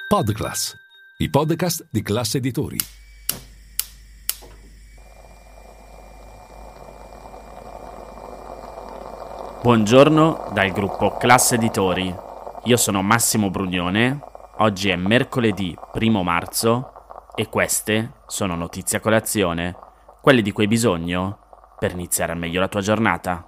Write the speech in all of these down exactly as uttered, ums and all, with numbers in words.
Podclass, i podcast di Classe Editori. Buongiorno dal gruppo Classe Editori. Io sono Massimo Brugnone. Oggi è mercoledì primo marzo e queste sono notizie a colazione, quelle di cui hai bisogno per iniziare al meglio la tua giornata.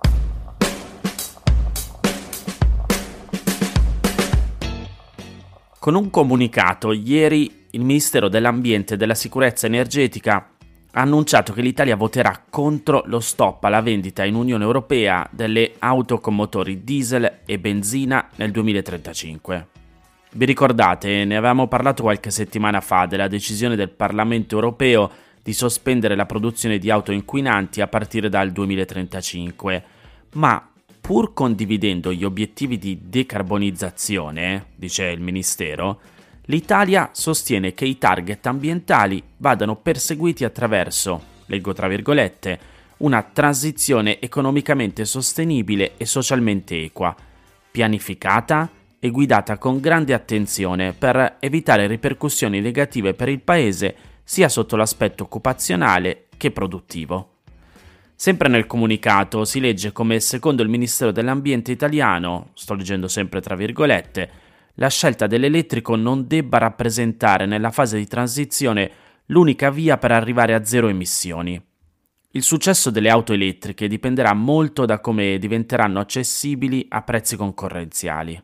Con un comunicato, ieri il Ministero dell'Ambiente e della Sicurezza Energetica ha annunciato che l'Italia voterà contro lo stop alla vendita in Unione Europea delle auto con motori diesel e benzina nel duemilatrentacinque. Vi ricordate, ne avevamo parlato qualche settimana fa della decisione del Parlamento Europeo di sospendere la produzione di auto inquinanti a partire dal duemilatrentacinque, ma pur condividendo gli obiettivi di decarbonizzazione, dice il Ministero, l'Italia sostiene che i target ambientali vadano perseguiti attraverso, leggo tra virgolette, una transizione economicamente sostenibile e socialmente equa, pianificata e guidata con grande attenzione per evitare ripercussioni negative per il Paese sia sotto l'aspetto occupazionale che produttivo. Sempre nel comunicato si legge come, secondo il Ministero dell'Ambiente italiano, sto leggendo sempre tra virgolette, la scelta dell'elettrico non debba rappresentare nella fase di transizione l'unica via per arrivare a zero emissioni. Il successo delle auto elettriche dipenderà molto da come diventeranno accessibili a prezzi concorrenziali.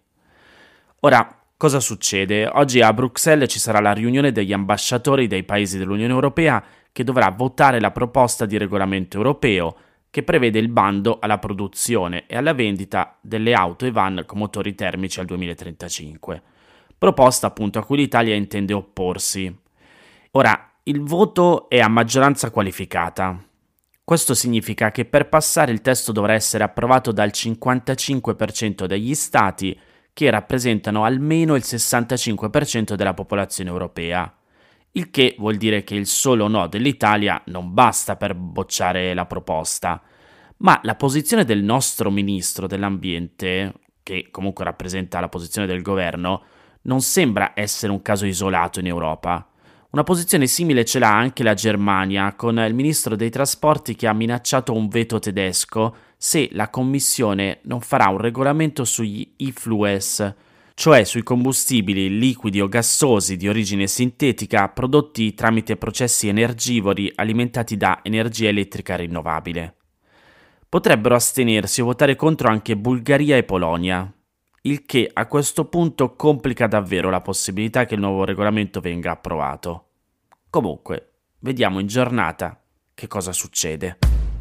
Ora, cosa succede? Oggi a Bruxelles ci sarà la riunione degli ambasciatori dei paesi dell'Unione Europea che dovrà votare la proposta di regolamento europeo che prevede il bando alla produzione e alla vendita delle auto e van con motori termici al duemilatrentacinque, proposta appunto a cui l'Italia intende opporsi. Ora, il voto è a maggioranza qualificata. Questo significa che per passare il testo dovrà essere approvato dal cinquantacinque per cento degli stati che rappresentano almeno il sessantacinque per cento della popolazione europea. Il che vuol dire che il solo no dell'Italia non basta per bocciare la proposta, ma la posizione del nostro ministro dell'ambiente, che comunque rappresenta la posizione del governo, non sembra essere un caso isolato in Europa. Una posizione simile ce l'ha anche la Germania, con il ministro dei trasporti che ha minacciato un veto tedesco se la Commissione non farà un regolamento sugli e-fuels, cioè sui combustibili liquidi o gassosi di origine sintetica prodotti tramite processi energivori alimentati da energia elettrica rinnovabile. Potrebbero astenersi o votare contro anche Bulgaria e Polonia, il che a questo punto complica davvero la possibilità che il nuovo regolamento venga approvato. Comunque, vediamo in giornata che cosa succede.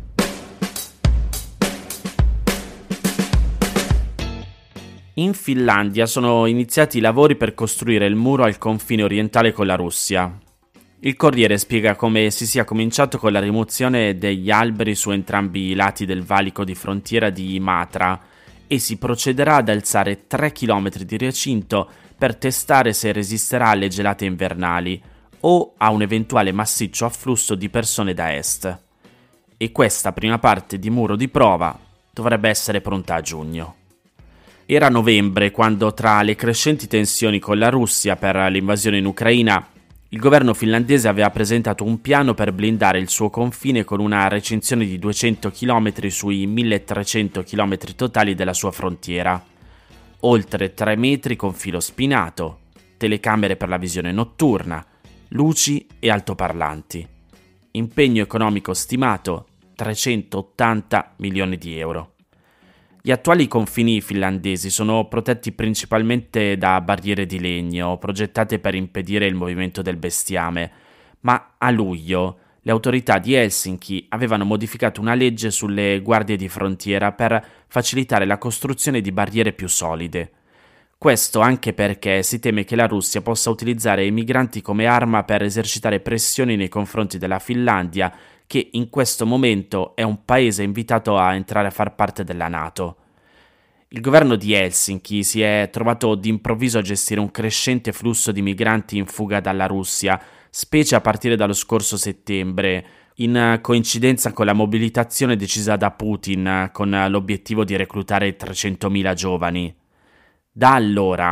In Finlandia sono iniziati i lavori per costruire il muro al confine orientale con la Russia. Il Corriere spiega come si sia cominciato con la rimozione degli alberi su entrambi i lati del valico di frontiera di Imatra e si procederà ad alzare tre chilometri di recinto per testare se resisterà alle gelate invernali o a un eventuale massiccio afflusso di persone da est. E questa prima parte di muro di prova dovrebbe essere pronta a giugno. Era novembre quando, tra le crescenti tensioni con la Russia per l'invasione in Ucraina, il governo finlandese aveva presentato un piano per blindare il suo confine con una recinzione di duecento chilometri sui milletrecento chilometri totali della sua frontiera. Oltre tre metri con filo spinato, telecamere per la visione notturna, luci e altoparlanti. Impegno economico stimato trecentottanta milioni di euro. Gli attuali confini finlandesi sono protetti principalmente da barriere di legno progettate per impedire il movimento del bestiame, ma a luglio le autorità di Helsinki avevano modificato una legge sulle guardie di frontiera per facilitare la costruzione di barriere più solide. Questo anche perché si teme che la Russia possa utilizzare i migranti come arma per esercitare pressioni nei confronti della Finlandia, che in questo momento è un paese invitato a entrare a far parte della NATO. Il governo di Helsinki si è trovato d'improvviso a gestire un crescente flusso di migranti in fuga dalla Russia, specie a partire dallo scorso settembre, in coincidenza con la mobilitazione decisa da Putin con l'obiettivo di reclutare trecentomila giovani. Da allora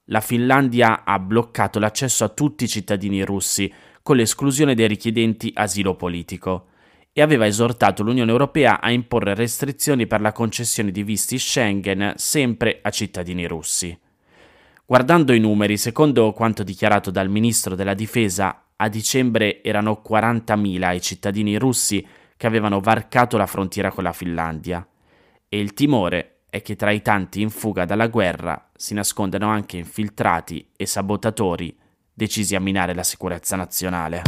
la Finlandia ha bloccato l'accesso a tutti i cittadini russi, con l'esclusione dei richiedenti asilo politico, e aveva esortato l'Unione Europea a imporre restrizioni per la concessione di visti Schengen sempre a cittadini russi. Guardando i numeri, secondo quanto dichiarato dal ministro della Difesa, a dicembre erano quarantamila i cittadini russi che avevano varcato la frontiera con la Finlandia, e il timore è che tra i tanti in fuga dalla guerra si nascondano anche infiltrati e sabotatori decisi a minare la sicurezza nazionale.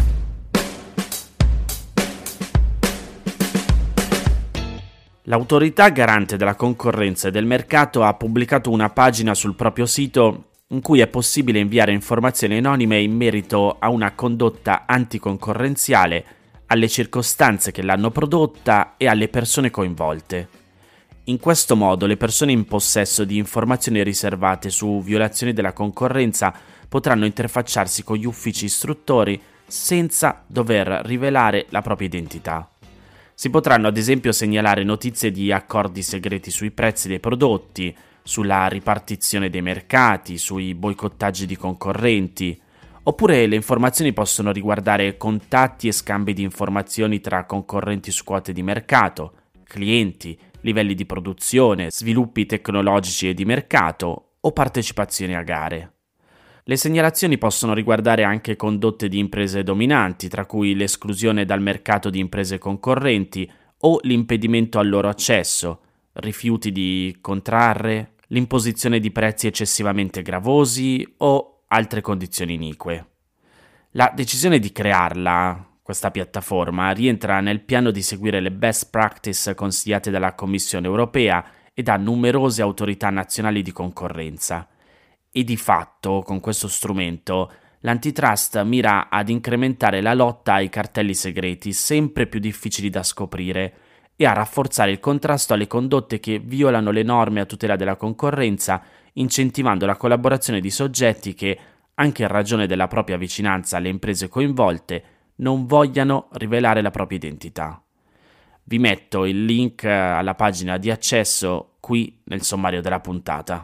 L'autorità garante della concorrenza e del mercato ha pubblicato una pagina sul proprio sito in cui è possibile inviare informazioni anonime in merito a una condotta anticoncorrenziale, alle circostanze che l'hanno prodotta e alle persone coinvolte. In questo modo le persone in possesso di informazioni riservate su violazioni della concorrenza potranno interfacciarsi con gli uffici istruttori senza dover rivelare la propria identità. Si potranno ad esempio segnalare notizie di accordi segreti sui prezzi dei prodotti, sulla ripartizione dei mercati, sui boicottaggi di concorrenti, oppure le informazioni possono riguardare contatti e scambi di informazioni tra concorrenti su quote di mercato, clienti, livelli di produzione, sviluppi tecnologici e di mercato o partecipazioni a gare. Le segnalazioni possono riguardare anche condotte di imprese dominanti, tra cui l'esclusione dal mercato di imprese concorrenti o l'impedimento al loro accesso, rifiuti di contrarre, l'imposizione di prezzi eccessivamente gravosi o altre condizioni inique. La decisione di crearla, questa piattaforma, rientra nel piano di seguire le best practice consigliate dalla Commissione europea e da numerose autorità nazionali di concorrenza. E di fatto, con questo strumento, l'antitrust mira ad incrementare la lotta ai cartelli segreti sempre più difficili da scoprire e a rafforzare il contrasto alle condotte che violano le norme a tutela della concorrenza, incentivando la collaborazione di soggetti che, anche in ragione della propria vicinanza alle imprese coinvolte, non vogliano rivelare la propria identità. Vi metto il link alla pagina di accesso qui nel sommario della puntata.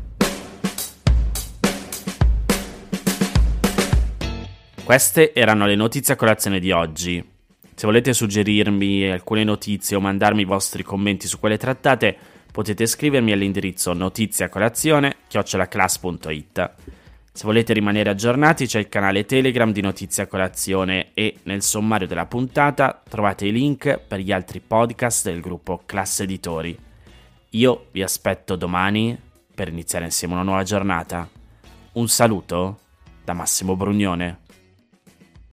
Queste erano le notizie a colazione di oggi. Se volete suggerirmi alcune notizie o mandarmi i vostri commenti su quelle trattate, potete scrivermi all'indirizzo notiziacolazione chiocciola class punto it. Se volete rimanere aggiornati c'è il canale Telegram di Notizie a Colazione e nel sommario della puntata trovate i link per gli altri podcast del gruppo Class Editori. Io vi aspetto domani per iniziare insieme una nuova giornata. Un saluto da Massimo Brugnone.